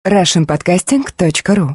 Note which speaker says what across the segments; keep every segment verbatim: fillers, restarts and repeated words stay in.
Speaker 1: рашн подкастинг точка ру.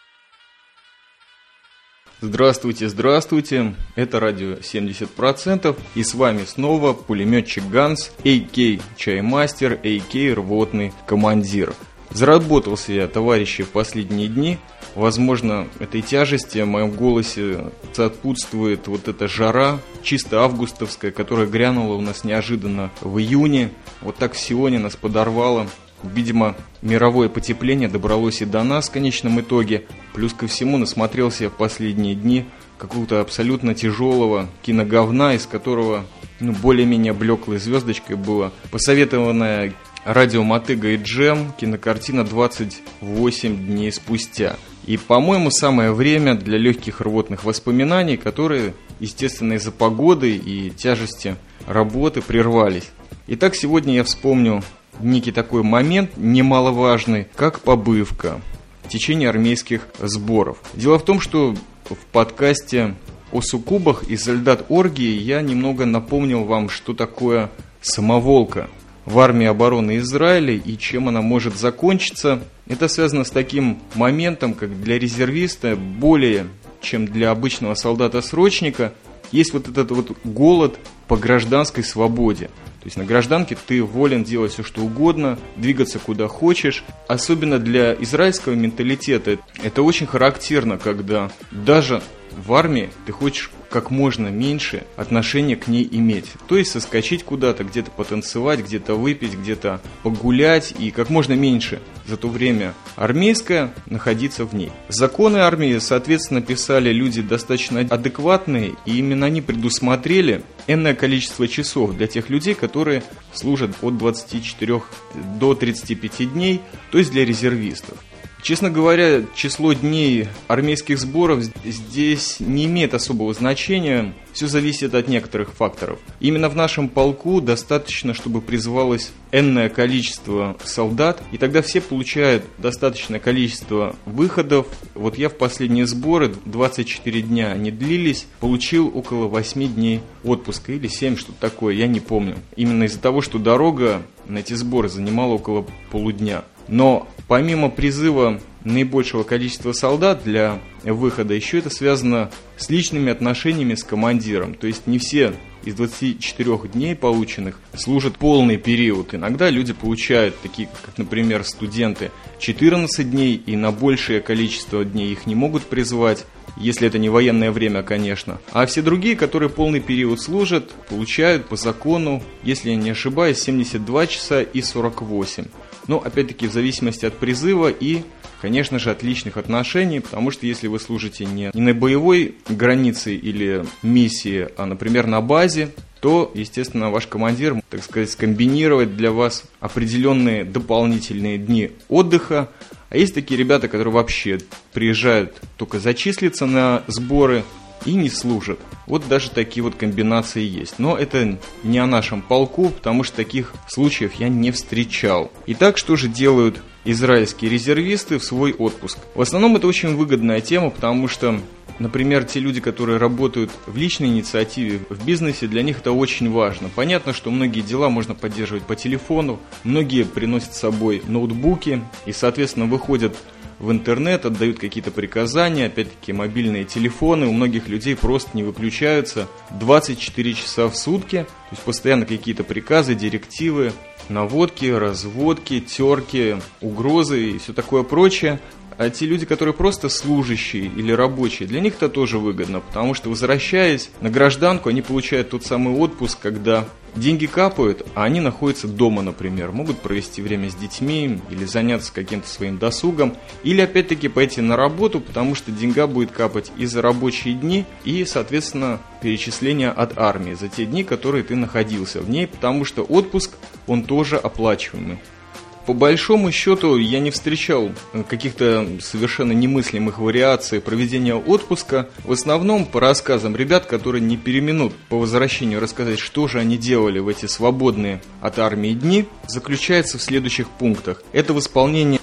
Speaker 2: Здравствуйте, здравствуйте, это радио семьдесят процентов, и с вами снова пулеметчик Ганс, а.к.а. Чаймастер, а.к.а. Рвотный командир. Заработался я, товарищи, в последние дни. Возможно, этой тяжести в моем голосе сопутствует вот эта жара, чисто августовская, которая грянула у нас неожиданно в июне. Вот так сегодня нас подорвало. Видимо, мировое потепление добралось и до нас в конечном итоге. Плюс ко всему насмотрелся я в последние дни какого-то абсолютно тяжелого киноговна, из которого ну, более-менее блеклой звездочкой была посоветованная радио Мотыга и Джем кинокартина «двадцать восемь дней спустя». И, по-моему, самое время для легких рвотных воспоминаний, которые, естественно, из-за погоды и тяжести работы прервались. Итак, сегодня я вспомню некий такой момент немаловажный, как побывка в течение армейских сборов. Дело в том, что в подкасте о суккубах и солдат оргии я немного напомнил вам, что такое самоволка в армии обороны Израиля и чем она может закончиться. Это связано с таким моментом, как для резервиста, более чем для обычного солдата-срочника, есть вот этот вот голод по гражданской свободе. То есть на гражданке ты волен делать все, что угодно, двигаться куда хочешь. Особенно для израильского менталитета это очень характерно, когда даже в армии ты хочешь как можно меньше отношения к ней иметь. То есть соскочить куда-то, где-то потанцевать, где-то выпить, где-то погулять и как можно меньше за то время армейское находиться в ней. Законы армии, соответственно, писали люди достаточно адекватные, и именно они предусмотрели энное количество часов для тех людей, которые служат от двадцати четырёх до тридцати пяти дней, то есть для резервистов. Честно говоря, число дней армейских сборов здесь не имеет особого значения, все зависит от некоторых факторов. Именно в нашем полку достаточно, чтобы призывалось энное количество солдат, и тогда все получают достаточное количество выходов. Вот я в последние сборы, двадцать четыре дня они длились, получил около восьми дней отпуска, или семь, что-то такое, я не помню. Именно из-за того, что дорога на эти сборы занимала около полудня. Но помимо призыва наибольшего количества солдат для выхода, еще это связано с личными отношениями с командиром. То есть не все из двадцати четырёх дней полученных служат полный период. Иногда люди получают, такие как, например, студенты, четырнадцать дней, и на большее количество дней их не могут призвать, если это не военное время, конечно. А все другие, которые полный период служат, получают по закону, если я не ошибаюсь, семьдесят два часа и сорок восемь. Но, опять-таки, в зависимости от призыва и, конечно же, от личных отношений, потому что если вы служите не, не на боевой границе или миссии, а, например, на базе, то, естественно, ваш командир, так сказать, скомбинировать для вас определенные дополнительные дни отдыха. А есть такие ребята, которые вообще приезжают только зачислиться на сборы и не служат. Вот даже такие вот комбинации есть. Но это не о нашем полку, потому что таких случаев я не встречал. Итак, что же делают израильские резервисты в свой отпуск? В основном это очень выгодная тема, потому что, например, те люди, которые работают в личной инициативе, в бизнесе, для них это очень важно. Понятно, что многие дела можно поддерживать по телефону, многие приносят с собой ноутбуки и, соответственно, выходят в интернет, отдают какие-то приказания, опять-таки мобильные телефоны у многих людей просто не выключаются двадцать четыре часа в сутки, то есть постоянно какие-то приказы, директивы, наводки, разводки, терки, угрозы и все такое прочее. А те люди, которые просто служащие или рабочие, для них это тоже выгодно, потому что, возвращаясь на гражданку, они получают тот самый отпуск, когда деньги капают, а они находятся дома, например, могут провести время с детьми или заняться каким-то своим досугом, или опять-таки пойти на работу, потому что деньга будет капать и за рабочие дни, и, соответственно, перечисления от армии за те дни, которые ты находился в ней, потому что отпуск, он тоже оплачиваемый. По большому счету я не встречал каких-то совершенно немыслимых вариаций проведения отпуска. В основном по рассказам ребят, которые не переминут по возвращению рассказать, что же они делали в эти свободные от армии дни, заключается в следующих пунктах. Это восполнение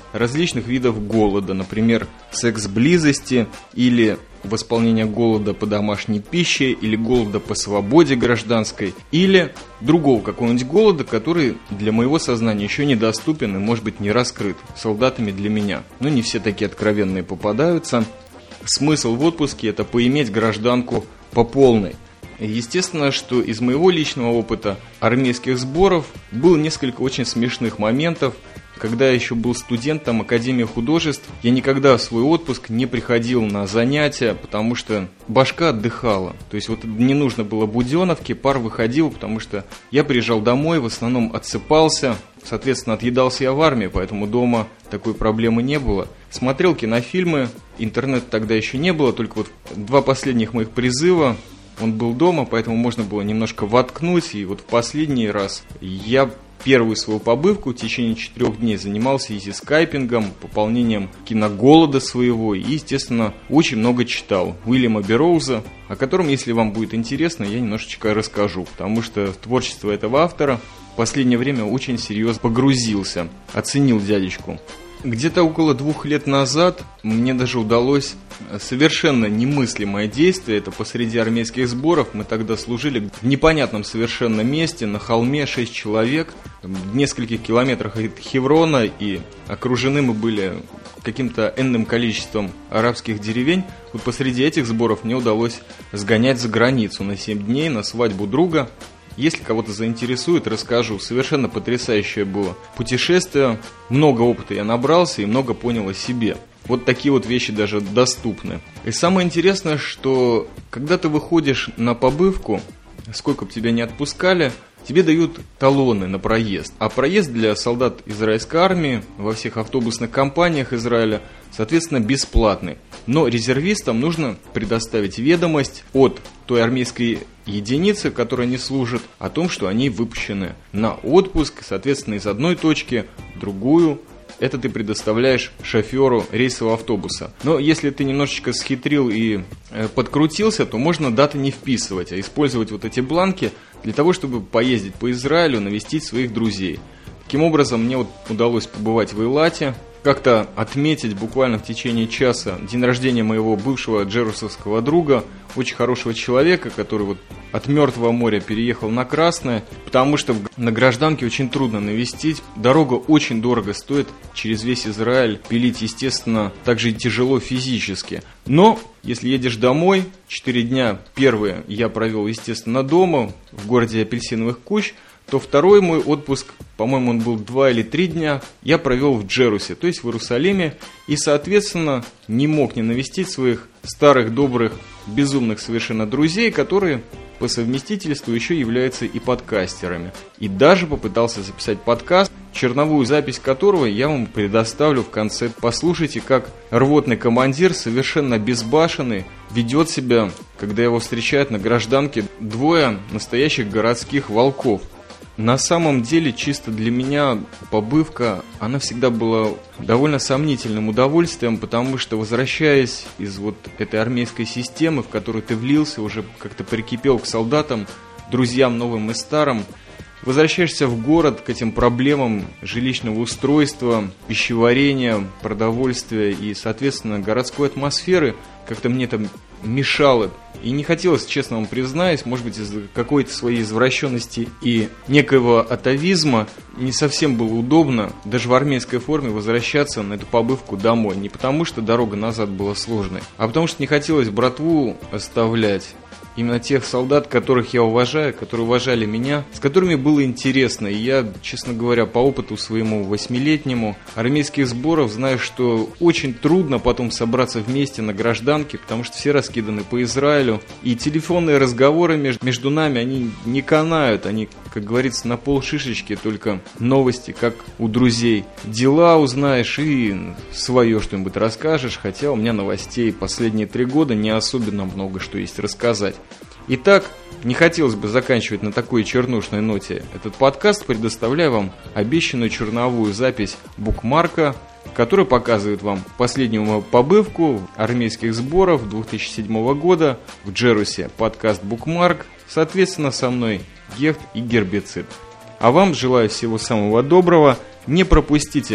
Speaker 2: различных видов голода, например, секс-близости или восполнения голода по домашней пище, или голода по свободе гражданской, или другого какого-нибудь голода, который для моего сознания еще недоступен и, может быть, не раскрыт солдатами для меня. Но не все такие откровенные попадаются. Смысл в отпуске – это поиметь гражданку по полной. Естественно, что из моего личного опыта армейских сборов было несколько очень смешных моментов. Когда я еще был студентом Академии художеств, я никогда в свой отпуск не приходил на занятия, потому что башка отдыхала. То есть вот не нужно было буденовки, пар выходил, потому что я приезжал домой, в основном отсыпался. Соответственно, отъедался я в армии, поэтому дома такой проблемы не было. Смотрел кинофильмы, интернета тогда еще не было, только вот два последних моих призыва. Он был дома, поэтому можно было немножко воткнуть. И вот в последний раз я первую свою побывку в течение четырех дней занимался изи-скайпингом, пополнением киноголода своего и, естественно, очень много читал Уильяма Берроуза, о котором, если вам будет интересно, я немножечко расскажу, потому что в творчество этого автора в последнее время очень серьезно погрузился, оценил дядечку. Где-то около двух лет назад мне даже удалось совершенно немыслимое действие. Это посреди армейских сборов. Мы тогда служили в непонятном совершенно месте, на холме, шесть человек, в нескольких километрах от Хеврона, и окружены мы были каким-то энным количеством арабских деревень. Вот посреди этих сборов мне удалось сгонять за границу на семь дней на свадьбу друга. Если кого-то заинтересует, расскажу. Совершенно потрясающее было путешествие. Много опыта я набрался и много понял о себе. Вот такие вот вещи даже доступны. И самое интересное, что когда ты выходишь на побывку, сколько бы тебя ни отпускали, тебе дают талоны на проезд. А проезд для солдат израильской армии во всех автобусных компаниях Израиля, соответственно, бесплатный. Но резервистам нужно предоставить ведомость от той армейской единицы, которой они служат, о том, что они выпущены на отпуск, соответственно, из одной точки в другую. Это ты предоставляешь шоферу рейсового автобуса. Но если ты немножечко схитрил и э, подкрутился, то можно даты не вписывать, а использовать вот эти бланки для того, чтобы поездить по Израилю, навестить своих друзей. Таким образом, мне вот удалось побывать в Эйлате, как-то отметить буквально в течение часа день рождения моего бывшего джерусовского друга, очень хорошего человека, который вот от Мертвого моря переехал на Красное, потому что на гражданке очень трудно навестить, дорога очень дорого стоит, через весь Израиль пилить, естественно, также и тяжело физически. Но если едешь домой, четыре дня первые я провел, естественно, дома, в городе Апельсиновых куч, то второй мой отпуск, по-моему, он был два или три дня, я провел в Джерусе, то есть в Иерусалиме, и, соответственно, не мог не навестить своих старых, добрых, безумных совершенно друзей, которые по совместительству еще являются и подкастерами. И даже попытался записать подкаст, черновую запись которого я вам предоставлю в конце. Послушайте, как рвотный командир, совершенно безбашенный, ведет себя, когда его встречают на гражданке двое настоящих городских волков. На самом деле, чисто для меня побывка, она всегда была довольно сомнительным удовольствием, потому что, возвращаясь из вот этой армейской системы, в которую ты влился, уже как-то прикипел к солдатам, друзьям новым и старым, возвращаешься в город к этим проблемам жилищного устройства, пищеварения, продовольствия и, соответственно, городской атмосферы, как-то мне там мешало. И не хотелось, честно вам признаюсь, может быть, из-за какой-то своей извращенности и некоего атовизма, не совсем было удобно даже в армейской форме возвращаться на эту побывку домой. Не потому, что дорога назад была сложной, а потому, что не хотелось братву оставлять. Именно тех солдат, которых я уважаю, которые уважали меня, с которыми было интересно. И я, честно говоря, по опыту своему восьмилетнему армейских сборов знаю, что очень трудно потом собраться вместе на гражданке, потому что все раскиданы по Израилю. И телефонные разговоры между, между нами, они не канают, они, как говорится, на полшишечки, только новости, как у друзей. Дела узнаешь и свое что-нибудь расскажешь, хотя у меня новостей последние три года не особенно много что есть рассказать. Итак, не хотелось бы заканчивать на такой чернушной ноте этот подкаст, предоставляю вам обещанную черновую запись букмарка, который показывает вам последнюю мою побывку армейских сборов две тысячи седьмого года в Джерусе. Подкаст букмарк, соответственно, со мной Гефт и Гербицид. А вам желаю всего самого доброго, не пропустите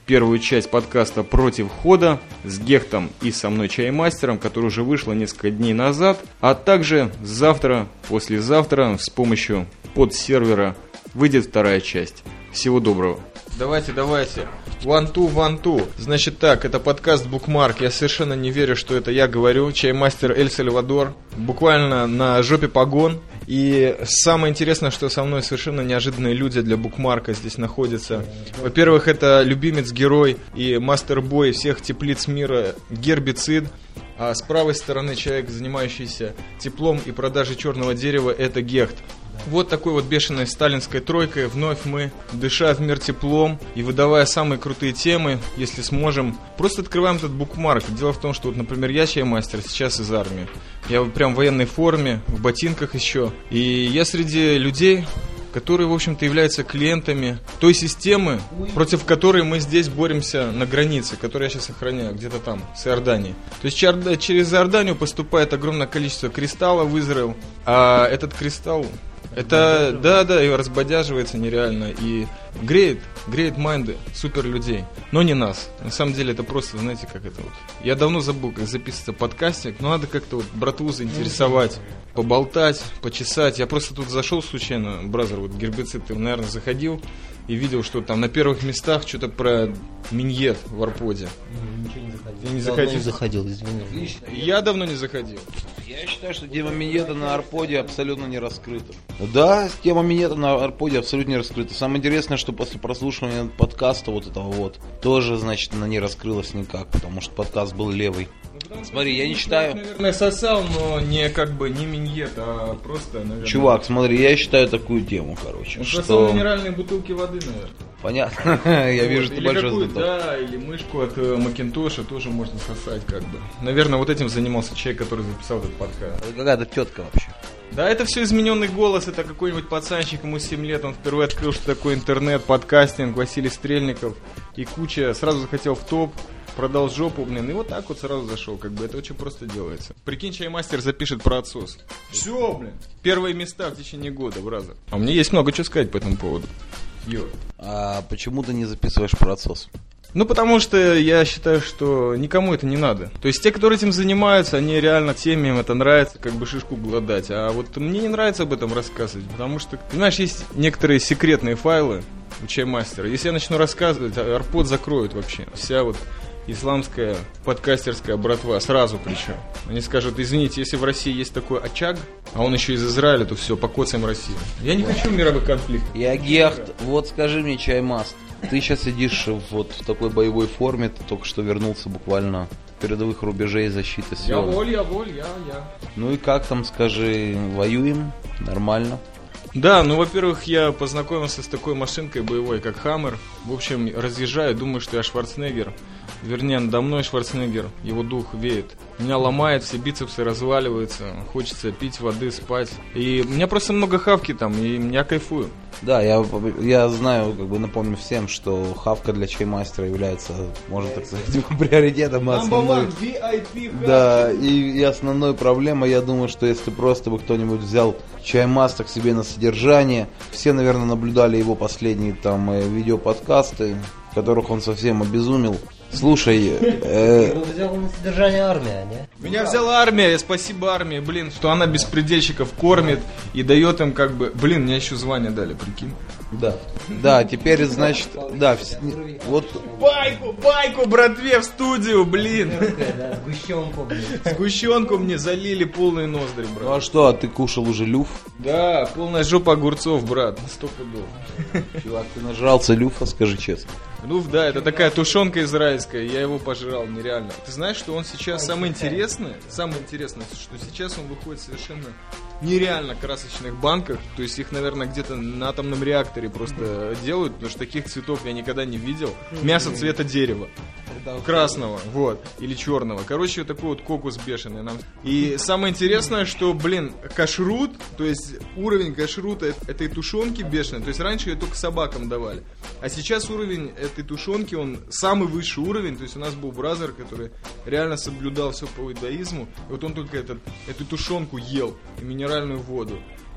Speaker 2: первую часть подкаста «Против хода» с Гехтом и со мной Чаймастером, которая уже вышла несколько дней назад, а также завтра, послезавтра с помощью подсервера выйдет вторая часть. Всего доброго. Давайте, давайте. One, two, one, two. Значит так, это подкаст Bookmark. Я совершенно не верю, что это я говорю. Чаймастер Эль Сальвадор. Буквально на жопе погон. И самое интересное, что со мной совершенно неожиданные люди для букмарка здесь находятся. Во-первых, это любимец-герой и мастер-бой всех теплиц мира Гербицид. А с правой стороны человек, занимающийся теплом и продажей черного дерева, это Гехт. Вот такой вот бешеной сталинской тройкой вновь мы, дыша в мир теплом и выдавая самые крутые темы, если сможем, просто открываем этот букмарк. Дело в том, что, вот, например, я Чаймастер сейчас из армии. Я прям в военной форме, в ботинках еще. И я среди людей, которые, в общем-то, являются клиентами той системы, против которой мы здесь боремся на границе, которую я сейчас охраняю, где-то там, с Иорданией. То есть через Иорданию поступает огромное количество кристаллов в Израиль, а этот кристалл, это, да, да, и разбодяживается нереально, и греет, греет майнды супер людей, но не нас. На самом деле это просто, знаете, как это вот. Я давно забыл, как записывается подкастик, но надо как-то вот братву заинтересовать, поболтать, почесать. Я просто тут зашел случайно, бразер, вот Гербицид, ты, наверное, заходил и видел, что там на первых местах что-то про миньет в Арподе.
Speaker 3: Ничего не заходил.
Speaker 2: Ты не
Speaker 3: заходил?
Speaker 2: заходил?
Speaker 3: не заходил, извини.
Speaker 2: Я давно не заходил.
Speaker 4: Я считаю, что тема миньета на Арподе абсолютно не раскрыта. Да, тема миньета на Арподе абсолютно не раскрыта. Самое интересное, что после прослушивания подкаста вот этого вот, тоже, значит, она не раскрылась никак, потому что подкаст был левый. Смотри, я не считаю...
Speaker 2: Наверное, сосал, но не как бы не миньет, а просто, наверное...
Speaker 4: Чувак, смотри, я считаю такую тему, короче,
Speaker 2: Он
Speaker 4: что...
Speaker 2: сосал минеральные бутылки воды, наверное.
Speaker 4: Понятно, я
Speaker 2: Вот,
Speaker 4: вижу, что
Speaker 2: или
Speaker 4: большой
Speaker 2: какую,
Speaker 4: знаток.
Speaker 2: да, или мышку от э, Макинтоша тоже можно сосать, как бы. Наверное, вот этим занимался человек, который записал этот подкаст.
Speaker 4: Это какая-то тетка вообще.
Speaker 2: Да, это все измененный голос, это какой-нибудь пацанчик, ему семь лет, он впервые открыл, что такое интернет, подкастинг, Василий Стрельников и куча, сразу захотел в топ, продал жопу, блин, и вот так вот сразу зашел, как бы, это очень просто делается. Прикинь, Чаймастер запишет про отсос. Все, блин, первые места в течение года, бразер. А у меня есть много чего сказать по этому поводу. Йо.
Speaker 4: А почему ты не записываешь про отсос?
Speaker 2: Ну, потому что я считаю, что никому это не надо. То есть те, которые этим занимаются, они реально теме, им это нравится, как бы шишку гладать. А вот мне не нравится об этом рассказывать, потому что, понимаешь, есть некоторые секретные файлы у Чаймастера. Если я начну рассказывать, Арпод закроют вообще. Вся вот исламская подкастерская братва, сразу причем. Они скажут, извините, если в России есть такой очаг, а он еще из Израиля, то все, покоцаем Россию. Я не хочу мировых конфликтов.
Speaker 4: Я Гехт, вот скажи мне, Чаймаст, ты сейчас сидишь вот в такой боевой форме, ты только что вернулся буквально с передовых рубежей защиты
Speaker 2: Я
Speaker 4: сел.
Speaker 2: воль, я воль, я, я.
Speaker 4: Ну и как там, скажи, воюем? Нормально?
Speaker 2: Да, ну, во-первых, я познакомился с такой машинкой боевой, как Хаммер. В общем, разъезжаю, думаю, что я Шварценеггер. Вернее, надо мной Шварценеггер, его дух веет. Меня ломает, все бицепсы разваливаются, хочется пить воды, спать. И у меня просто много хавки там, и я кайфую.
Speaker 4: Да, я, я знаю, как бы напомню всем, что хавка для Чаймастера является, можно так сказать, приоритетом и основной.
Speaker 2: ви ай пи
Speaker 4: Да, и, и основной проблемой, я думаю, что если просто бы кто-нибудь взял Чаймастер к себе на содержание, все, наверное, наблюдали его последние там э, видеоподкасты, в которых он совсем обезумел. Слушай, э...
Speaker 3: Его взял на содержание армия, не?
Speaker 2: Меня взяла армия, спасибо армии, блин, что она беспредельщиков кормит и дает им как бы... Блин, мне еще звание дали, прикинь.
Speaker 4: Да, да, теперь, значит, да, вс... вот...
Speaker 2: Байку, байку, братве, в студию, блин.
Speaker 3: Да, сгущенку, блин.
Speaker 2: Сгущенку мне залили полные ноздри,
Speaker 4: Ну
Speaker 2: брат.
Speaker 4: а что, а ты кушал уже люф?
Speaker 2: Да, полная жопа огурцов, брат, на сто пудов.
Speaker 4: Чувак, ты нажрался люфа, скажи честно.
Speaker 2: Люф, да, это такая тушенка израильская, я его пожрал, нереально. Ты знаешь, что он сейчас самое интересное, самое интересное, что сейчас он выходит совершенно нереально красочных банках, то есть их, наверное, где-то на атомном реакторе просто делают, потому что таких цветов я никогда не видел. Мясо цвета дерева. Красного, вот, или черного. Короче, вот такой вот кокус бешеный нам. И самое интересное, что, блин, кашрут, то есть уровень кашрута этой тушенки бешеный. То есть раньше ее только собакам давали. А сейчас уровень этой тушенки, он самый высший уровень. То есть у нас был бразер, который реально соблюдал все по иудаизму. И вот он только этот, эту тушенку ел и минеральную воду.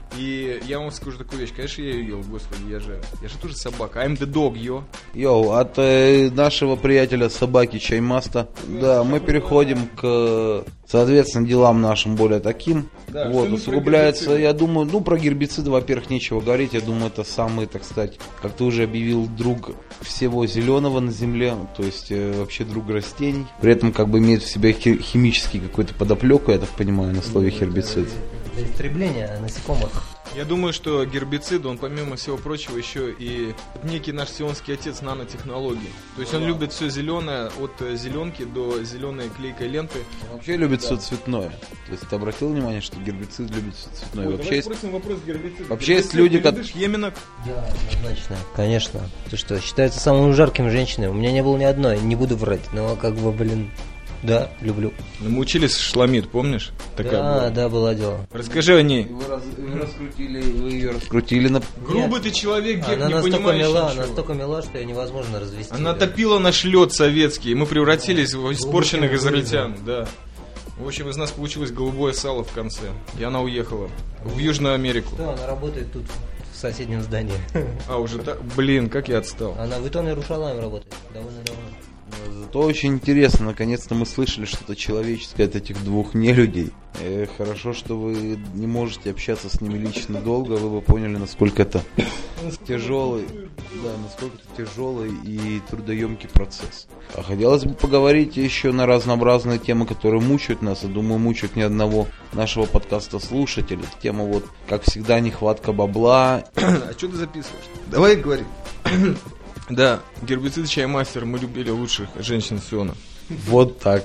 Speaker 2: И я вам скажу такую вещь, конечно, я ее ел, господи, я же, я же тоже собака. I'm the dog, yo.
Speaker 4: Йоу, от э, нашего приятеля собаки Чаймаста, да, мы переходим к, соответственно, делам нашим более таким.
Speaker 2: Да,
Speaker 4: вот,
Speaker 2: что мы
Speaker 4: усугубляется,
Speaker 2: про гербициды?
Speaker 4: я думаю, ну, про гербициды, во-первых, нечего говорить. Я думаю, это самый, так сказать, как ты уже объявил, друг всего зеленого на земле, то есть э, вообще друг растений. При этом как бы имеет в себе хи- химический какой-то подоплеку, я так понимаю, на слове гербицид.
Speaker 3: Для истребления насекомых.
Speaker 2: Я думаю, что гербицид, он помимо всего прочего еще и некий наш сионский отец нанотехнологий. То есть он любит все зеленое, от э, зеленки до зеленой клейкой ленты.
Speaker 4: Вообще любит все цветное. То есть ты обратил внимание, что гербицид любит все цветное.
Speaker 2: Вот,
Speaker 4: вообще
Speaker 2: давай
Speaker 4: есть...
Speaker 2: спросим вопрос гербицида.
Speaker 4: Вообще есть
Speaker 2: Гербицид,
Speaker 4: люди,
Speaker 2: ты
Speaker 4: как-
Speaker 2: любишь еменок?
Speaker 3: Да, однозначно. Конечно. Ты что, считается самым жарким женщиной. У меня не было ни одной, не буду врать. Но как бы, блин, да, люблю.
Speaker 2: Ну, мы учились шламид, помнишь? Такая
Speaker 3: Да,
Speaker 2: была.
Speaker 3: да, было дело.
Speaker 2: Расскажи о ней.
Speaker 4: Вы, раз- вы раскрутили, вы ее раскрутили на...
Speaker 2: Грубый ты человек, Гек,
Speaker 3: Она
Speaker 2: не
Speaker 3: настолько
Speaker 2: понимаешь
Speaker 3: мила,
Speaker 2: ничего.
Speaker 3: настолько мила, что ее невозможно развести.
Speaker 2: Она
Speaker 3: да.
Speaker 2: топила наш лед советский, и мы превратились в испорченных
Speaker 3: Глубоким
Speaker 2: израильтян, да. В общем, из нас получилось голубое сало в конце. И она уехала в Южную Америку.
Speaker 3: Да, она работает тут, в соседнем здании.
Speaker 2: А, уже так? Блин, как я отстал.
Speaker 3: Она в Итоне Рушалаем работает. Довольно давно.
Speaker 4: Зато очень интересно, наконец-то мы слышали что-то человеческое от этих двух нелюдей. Э, хорошо, что вы не можете общаться с ними лично долго, вы бы поняли, насколько это тяжелый, да, насколько это тяжелый и трудоемкий процесс. А хотелось бы поговорить еще на разнообразные темы, которые мучают нас, и думаю, мучают ни одного нашего подкаста слушателей. Тема вот, как всегда, нехватка бабла.
Speaker 2: А что ты записываешь? Давай говори. Да, гербицид Чаймастер, мы любили лучших женщин Сиона.
Speaker 4: Вот так.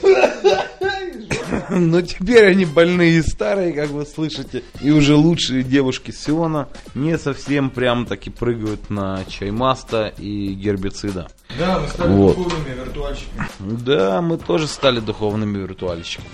Speaker 4: Но теперь они больные и старые, как вы слышите. И уже лучшие девушки Сиона не совсем прям таки прыгают на Чаймаста и гербицида.
Speaker 2: Да, мы стали
Speaker 4: Вот.
Speaker 2: духовными виртуальщиками.
Speaker 4: Да, мы тоже стали духовными виртуальщиками.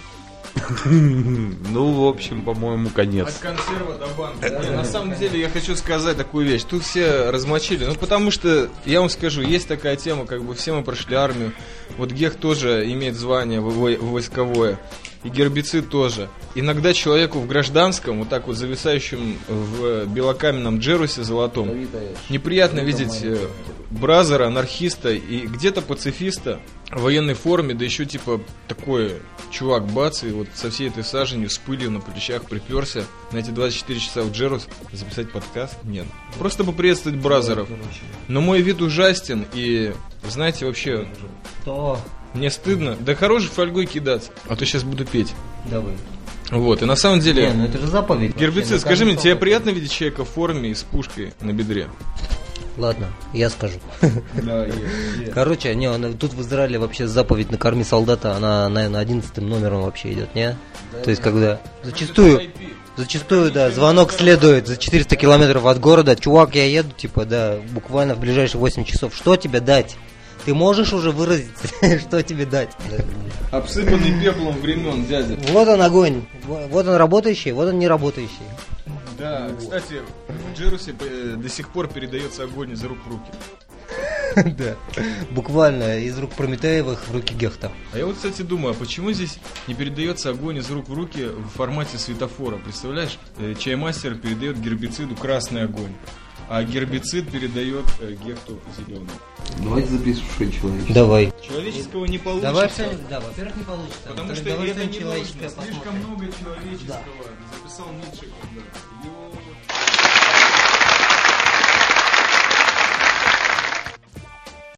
Speaker 4: Ну, в общем, по-моему,
Speaker 2: От
Speaker 4: конец.
Speaker 2: консерва до банка. Не, на самом деле я хочу сказать такую вещь. Тут все размочили. Ну, потому что, я вам скажу, есть такая тема, как бы все мы прошли армию. Вот Гех тоже имеет звание во- войсковое. И гербицид тоже. Иногда человеку в гражданском, вот так вот зависающем в белокаменном джерусе золотом, неприятно видеть э, бразера, анархиста и где-то пацифиста в военной форме, да еще типа такой чувак бац, и вот со всей этой саженью, с пылью на плечах приперся на эти двадцать четыре часа в джерус записать подкаст? Нет. Просто поприветствовать бразеров. Но мой вид ужастен, и знаете, вообще,
Speaker 3: То,
Speaker 2: мне стыдно. Да хорош фольгой кидаться, а то сейчас буду петь.
Speaker 3: давай.
Speaker 2: Вот, и на самом деле...
Speaker 3: Не, ну это же заповедь.
Speaker 2: Гербицид,
Speaker 3: вообще,
Speaker 2: скажи мне,
Speaker 3: на
Speaker 2: тебе
Speaker 3: каждом
Speaker 2: приятно видеть человека в форме и с пушкой на бедре?
Speaker 3: Ладно, я скажу.
Speaker 2: Да,
Speaker 3: Короче, не, он- тут в Израиле вообще заповедь «накорми солдата», она, наверное, одиннадцатым номером вообще идет, не? То есть, когда зачастую, зачастую, да, звонок следует за четыреста километров от города, чувак, я еду, типа, да, буквально в ближайшие восемь часов, что тебе дать? Ты можешь уже выразиться, что тебе дать?
Speaker 2: Обсыпанный пеплом времен, дядя.
Speaker 3: Вот он огонь, вот он работающий, вот он не работающий.
Speaker 2: Да, кстати, в Джерусе э, до сих пор передается огонь из рук в руки.
Speaker 3: Да. Буквально из рук Прометеевых в руки Гехта.
Speaker 2: А я вот, кстати, думаю, а почему здесь не передается огонь из рук в руки в формате светофора? Представляешь, э, Чаймастер передает гербициду красный огонь, а гербицид передает э, Гехту зеленый.
Speaker 4: Давайте запишем, что человечество.
Speaker 3: Давай.
Speaker 2: Человеческого не получится.
Speaker 3: Давай все, да, во-первых, не получится.
Speaker 2: Потому что
Speaker 3: Давай
Speaker 2: это
Speaker 3: что-нибудь
Speaker 2: не нужно.
Speaker 3: человеческое
Speaker 2: Слишком
Speaker 3: посмотрим.
Speaker 2: много человеческого. Записал Ницше когда. Йо.